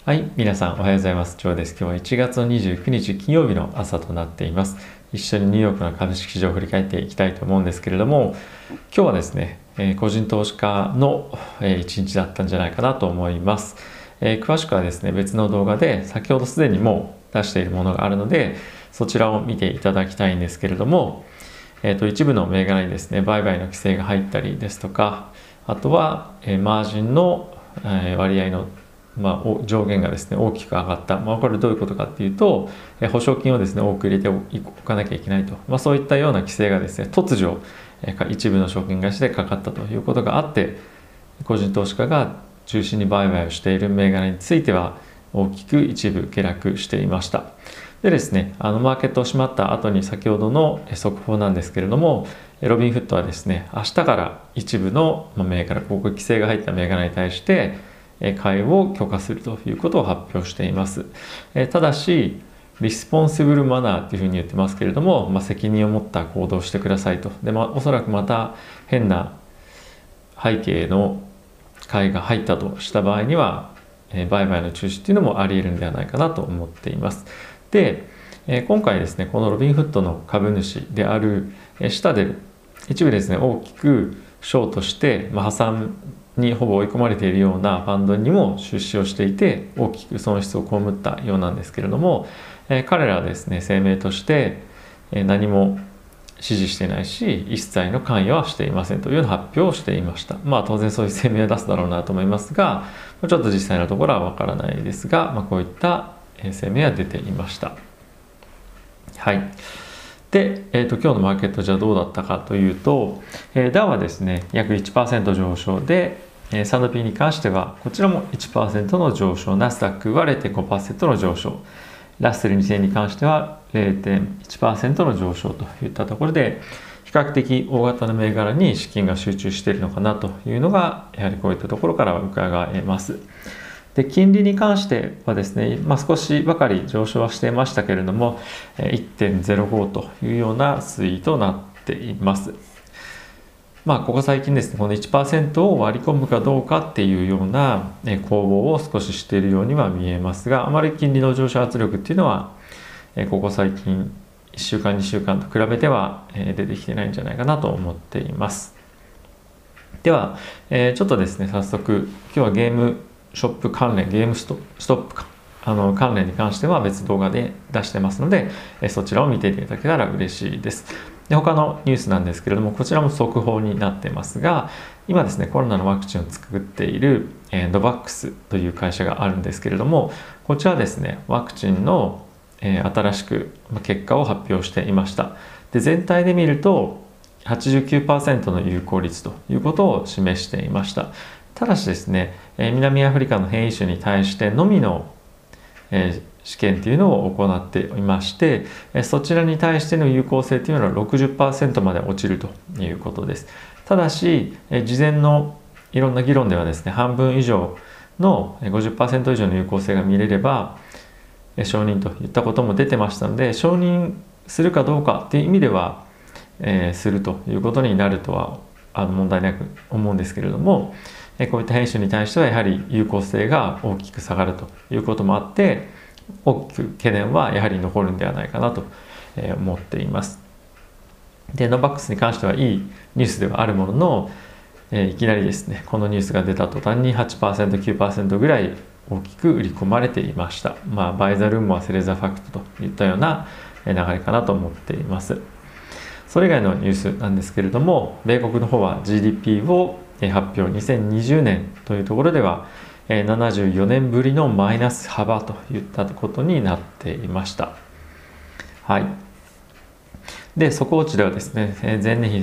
はい、皆さんおはようございます。ジョーです。今日は1月の29日金曜日の朝となっています。一緒にニューヨークの株式市場を振り返っていきたいと思うんですけれども、今日はですね、個人投資家の一日だったんじゃないかなと思います。詳しくはですね、別の動画で先ほどすでにもう出しているものがあるので、そちらを見ていただきたいんですけれども、一部の銘柄にですね、売買の規制が入ったりですとか、あとはマージンの割合の上限がですね大きく上がった、これどういうことかっていうと、保証金をですね多く入れておかなきゃいけないと、そういったような規制がですね突如一部の証券会社でかかったということがあって、個人投資家が中心に売買をしている銘柄については大きく一部下落していました。でですね、マーケットを閉まった後に先ほどの速報なんですけれども、ロビンフットはですね明日から一部の銘柄、ここ規制が入った銘柄に対して買いを許可するということを発表しています。ただしリスポンシブルマナーというふうに言ってますけれども、責任を持った行動をしてくださいと。で、おそらくまた変な背景の買いが入ったとした場合には売買の中止っていうのもあり得るんではないかなと思っています。で、今回ですねこのロビンフットの株主であるシタデル、一部ですね大きくショートして破産にほぼ追い込まれているようなファンドにも出資をしていて大きく損失を被ったようなんですけれども、彼らはですね声明として何も指示していないし一切の関与はしていませんというような発表をしていました。当然そういう声明を出すだろうなと思いますが、ちょっと実際のところはわからないですが、こういった声明は出ていました。はい。で、今日のマーケットじゃあどうだったかというと、ダウはですね約 1% 上昇で、S&P に関してはこちらも 1% の上昇、ナスダックは 0.5% の上昇、ラッセル2000に関しては 0.1% の上昇といったところで、比較的大型の銘柄に資金が集中しているのかなというのがやはりこういったところから伺えます。で、金利に関してはですね、少しばかり上昇はしていましたけれども 1.05 というような推移となっています。ここ最近ですねこの 1% を割り込むかどうかっていうような攻防を少ししているようには見えますが、あまり金利の上昇圧力っていうのはここ最近1週間2週間と比べては出てきてないんじゃないかなと思っています。ではちょっとですね早速今日はゲームショップ関連、ゲームストップ関連に関しては別動画で出してますので、そちらを見ていただけたら嬉しいです。で、他のニュースなんですけれども、こちらも速報になってますが、今ですねコロナのワクチンを作っているノバックスという会社があるんですけれども、こちらですねワクチンの新しく結果を発表していました。で、全体で見ると 89% の有効率ということを示していました。ただしですね、南アフリカの変異種に対してのみの試験というのを行っていまして、そちらに対しての有効性というのは 60% まで落ちるということです。ただし事前のいろんな議論ではですね、半分以上の 50% 以上の有効性が見れれば承認といったことも出てましたので、承認するかどうかっていう意味では、するということになるとは問題なく思うんですけれども、こういった変異種に対してはやはり有効性が大きく下がるということもあって、大きく懸念はやはり残るんではないかなと思っています。で、ノバックスに関してはいいニュースではあるものの、いきなりですねこのニュースが出た途端に 8%、9% ぐらい大きく売り込まれていました。バイザルームはセレザファクトといったような流れかなと思っています。それ以外のニュースなんですけれども、米国の方は GDP を発表、2020年というところでは74年ぶりのマイナス幅といったことになっていました。はい。で、速報値ではですね前年比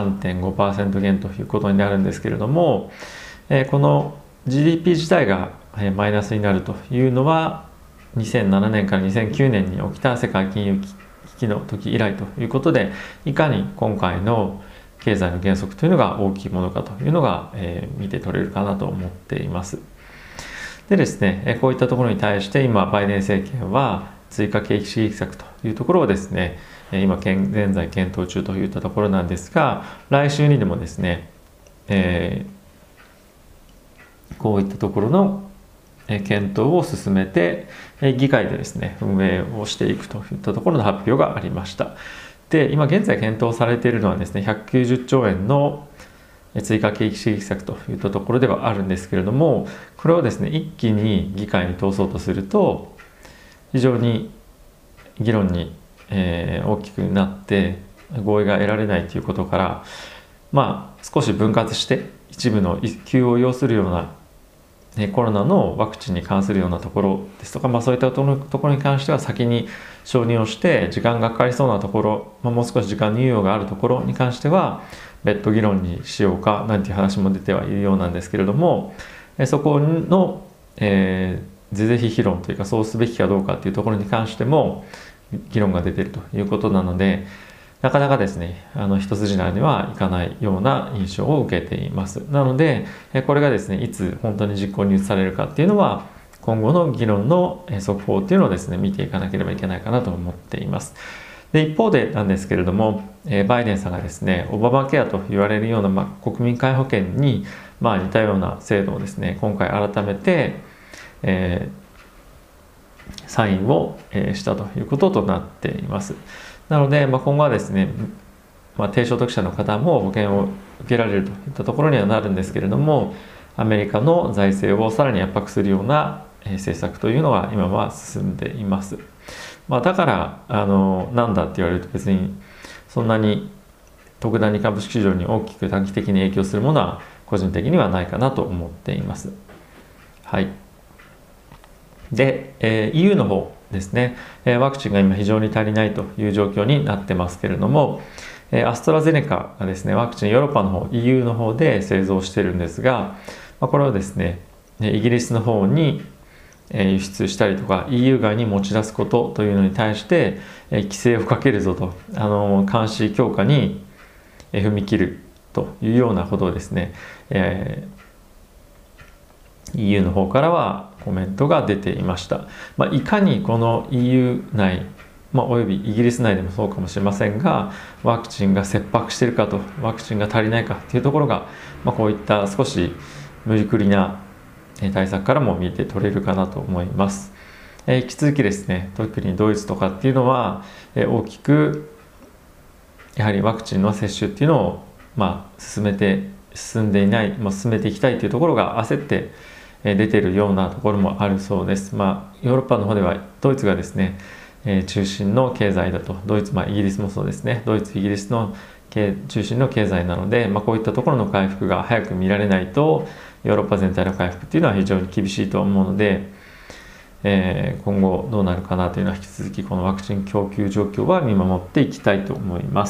3.5% 減ということになるんですけれども、この GDP 自体がマイナスになるというのは2007年から2009年に起きた世界金融危機の時以来ということで、いかに今回の経済の減速というのが大きいものかというのが見て取れるかなと思っています。でですね、こういったところに対して今バイデン政権は追加景気刺激策というところをですね今現在検討中といったところなんですが、来週にでもですね、こういったところの検討を進めて議会でですね運営をしていくといったところの発表がありました。で今現在検討されているのはですね190兆円の追加景気刺激策といったところではあるんですけれども、これをですね一気に議会に通そうとすると非常に議論に、大きくなって合意が得られないということから、少し分割して一部の急を要するようなコロナのワクチンに関するようなところですとか、そういったところに関しては先に承認をして時間がかかりそうなところ、もう少し時間猶予があるところに関しては別途議論にしようかなんていう話も出てはいるようなんですけれども、そこの、是々非々論というかそうすべきかどうかというところに関しても議論が出ているということなので、なかなかですね一筋縄にはいかないような印象を受けています。なのでこれがですねいつ本当に実行に移されるかっていうのは今後の議論の速報っていうのをですね見ていかなければいけないかなと思っています。で一方でなんですけれどもバイデンさんがですねオバマケアと言われるような、国民皆保険に似たような制度をですね今回改めて、サインをしたということとなっています。なので、今後はですね、低所得者の方も保険を受けられるといったところにはなるんですけれども、アメリカの財政をさらに圧迫するような政策というのが今は進んでいます。だからなんだって言われると別にそんなに特段に株式市場に大きく短期的に影響するものは個人的にはないかなと思っています。はい。で、EU の方ですね、ワクチンが今非常に足りないという状況になってますけれども、アストラゼネカがですねワクチンヨーロッパの方 EU の方で製造してるんですが、これをですねイギリスの方に輸出したりとか EU 外に持ち出すことというのに対して規制をかけるぞと監視強化に踏み切るというようなことをですね、EU の方からはコメントが出ていました。いかにこの EU 内、およびイギリス内でもそうかもしれませんがワクチンが切迫しているかとワクチンが足りないかというところが、こういった少し無理くりな対策からも見て取れるかなと思います。引き続きですね特にドイツとかっていうのは大きくやはりワクチンの接種っていうのを進んでいない、進めていきたいというところが焦って出ているようなところもあるそうです。ヨーロッパの方ではドイツがですね中心の経済だと、ドイツ、イギリスもそうですね、ドイツイギリスの中心の経済なので、こういったところの回復が早く見られないとヨーロッパ全体の回復っていうのは非常に厳しいと思うので、今後どうなるかなというのは引き続きこのワクチン供給状況は見守っていきたいと思います。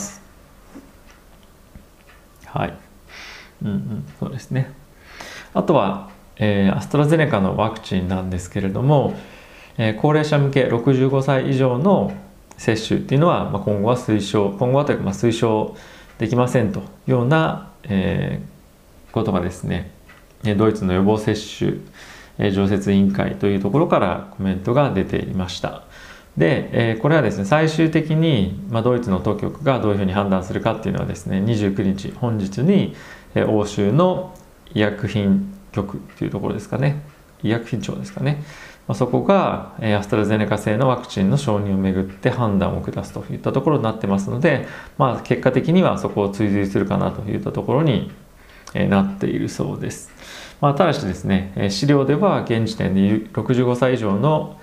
はい、そうですね。あとは、アストラゼネカのワクチンなんですけれども、高齢者向け65歳以上の接種っていうのは、今後はというか推奨できませんというような、ことがですねドイツの予防接種常設委員会というところからコメントが出ていました。で、これはですね最終的に、ドイツの当局がどういうふうに判断するかっていうのはですね29日本日に欧州の医薬品局というところですかね、医薬品庁ですかね、そこがアストラゼネカ製のワクチンの承認をめぐって判断を下すといったところになってますので、結果的にはそこを追随するかなといったところになっているそうです。ただしですね資料では現時点で65歳以上の、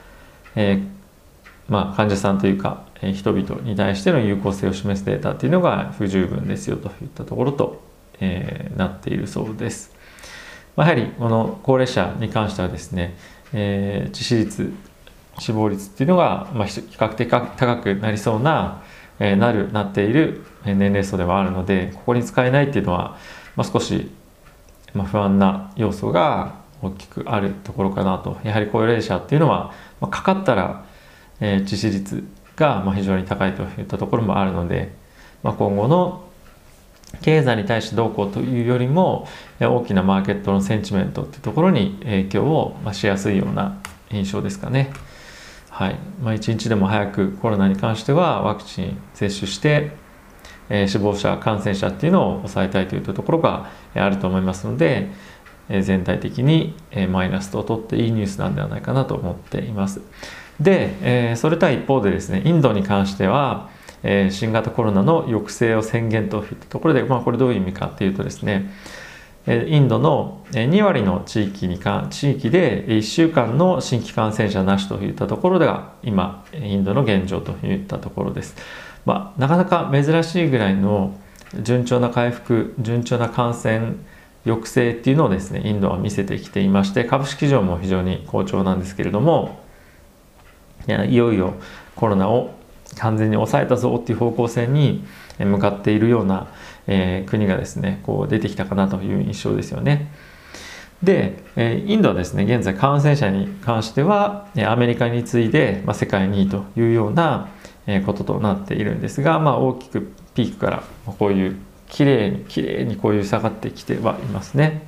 患者さんというか人々に対しての有効性を示すデータというのが不十分ですよといったところと、なっているそうです。やはりこの高齢者に関してはですね、致死率死亡率っていうのが、比較的高くなりそうなっている年齢層ではあるので、ここに使えないっていうのは、少し、不安な要素が大きくあるところかなと。やはり高齢者っていうのは、かかったら、致死率が非常に高いといったところもあるので、今後の経済に対してどうこうというよりも大きなマーケットのセンチメントというところに影響をしやすいような印象ですかね。はい。一日でも早くコロナに関してはワクチン接種して、死亡者感染者っていうのを抑えたいといったところがあると思いますので、 全体的にマイナスと取っていいニュースなんではないかなと思っています。で、それとは一方でですね、インドに関しては新型コロナの抑制を宣言といったところで、これどういう意味かっていうとですね、インドの2割の地域で1週間の新規感染者なしといったところでは今インドの現状といったところです。なかなか珍しいぐらいの順調な回復、順調な感染抑制っていうのをですね、インドは見せてきていまして、株式市場も非常に好調なんですけれども、いよいよコロナを完全に抑えたぞっていう方向性に向かっているような、国がですねこう出てきたかなという印象ですよね。で、インドはですね現在感染者に関してはアメリカに次いで、世界2位というようなこととなっているんですが、大きくピークからこういうきれいにこういう下がってきてはいますね。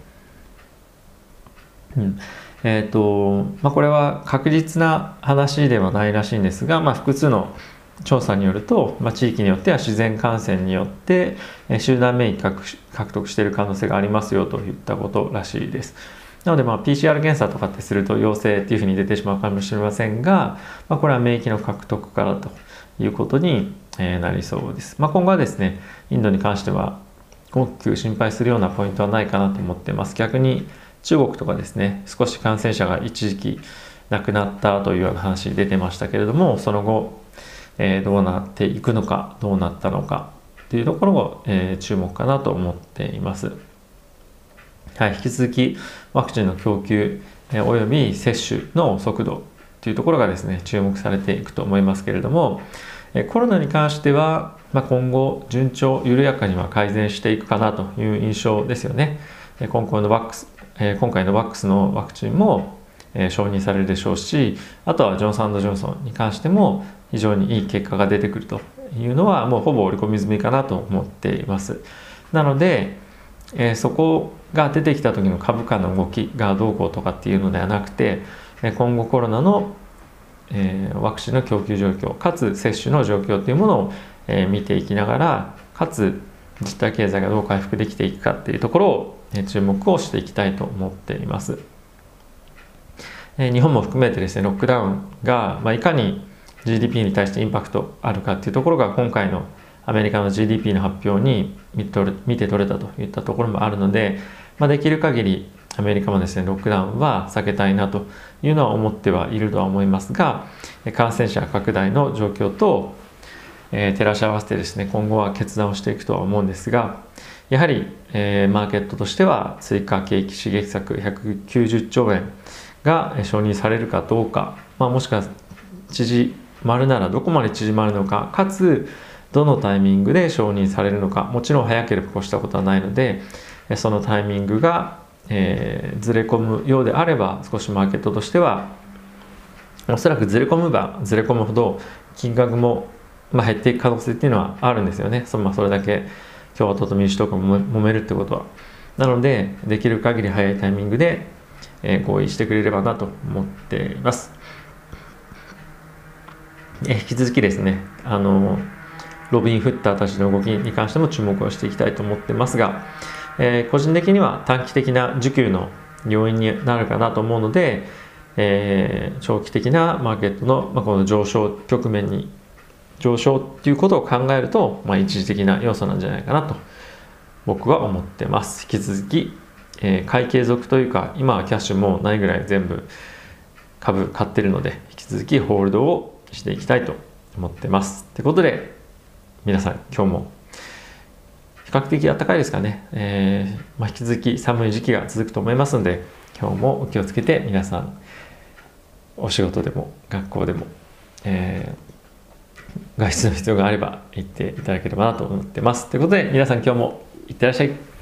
これは確実な話ではないらしいんですが、複数の調査によると、地域によっては自然感染によって集団免疫獲得している可能性がありますよといったことらしいです。なのでPCR 検査とかってすると陽性っていうふうに出てしまうかもしれませんが、これは免疫の獲得からということになりそうです。今後はですねインドに関しては大きく心配するようなポイントはないかなと思っています。逆に中国とかですね少し感染者が一時期亡くなったというような話出てましたけれども、その後どうなっていくのかどうなったのかというところを注目かなと思っています。引き続きワクチンの供給および接種の速度というところがですね注目されていくと思いますけれども、コロナに関しては今後順調緩やかには改善していくかなという印象ですよね。今回のバックスのワクチンも承認されるでしょうし、あとはジョンソン&ジョンソンに関しても非常にいい結果が出てくるというのはもうほぼ織り込み済みかなと思っています。なので、そこが出てきた時の株価の動きがどうこうとかっていうのではなくて、今後コロナの、ワクチンの供給状況かつ接種の状況というものを、見ていきながら、かつ実体経済がどう回復できていくかっていうところを、注目をしていきたいと思っています。日本も含めてですねロックダウンが、いかに GDP に対してインパクトあるかっていうところが今回のアメリカの GDP の発表に見て取れたといったところもあるので、できる限りアメリカもですねロックダウンは避けたいなというのは思ってはいるとは思いますが、感染者拡大の状況と、照らし合わせてですね今後は決断をしていくとは思うんですが、やはり、マーケットとしては追加景気刺激策190兆円が承認されるかどうか、もしくは縮まるならどこまで縮まるのか、かつどのタイミングで承認されるのか、もちろん早ければ越したことはないので、そのタイミングが、ずれ込むようであれば少しマーケットとしてはおそらくずれ込むほど金額も、減っていく可能性っていうのはあるんですよね。それだけ共和党と民主党が揉めるってことは。なのでできる限り早いタイミングで合意してくれればなと思っています。引き続きですねロビン・フッターたちの動きに関しても注目をしていきたいと思ってますが、個人的には短期的な需給の要因になるかなと思うので、長期的なマーケットの、この上昇局面に上昇っていうことを考えると、一時的な要素なんじゃないかなと僕は思ってます。引き続き買い継続というか、今はキャッシュもないぐらい全部株買ってるので、引き続きホールドをしていきたいと思ってます。ということで皆さん今日も比較的暖かいですかね、引き続き寒い時期が続くと思いますので、今日もお気をつけて皆さんお仕事でも学校でも、外出の必要があれば行っていただければなと思ってます。ということで皆さん今日もいってらっしゃい。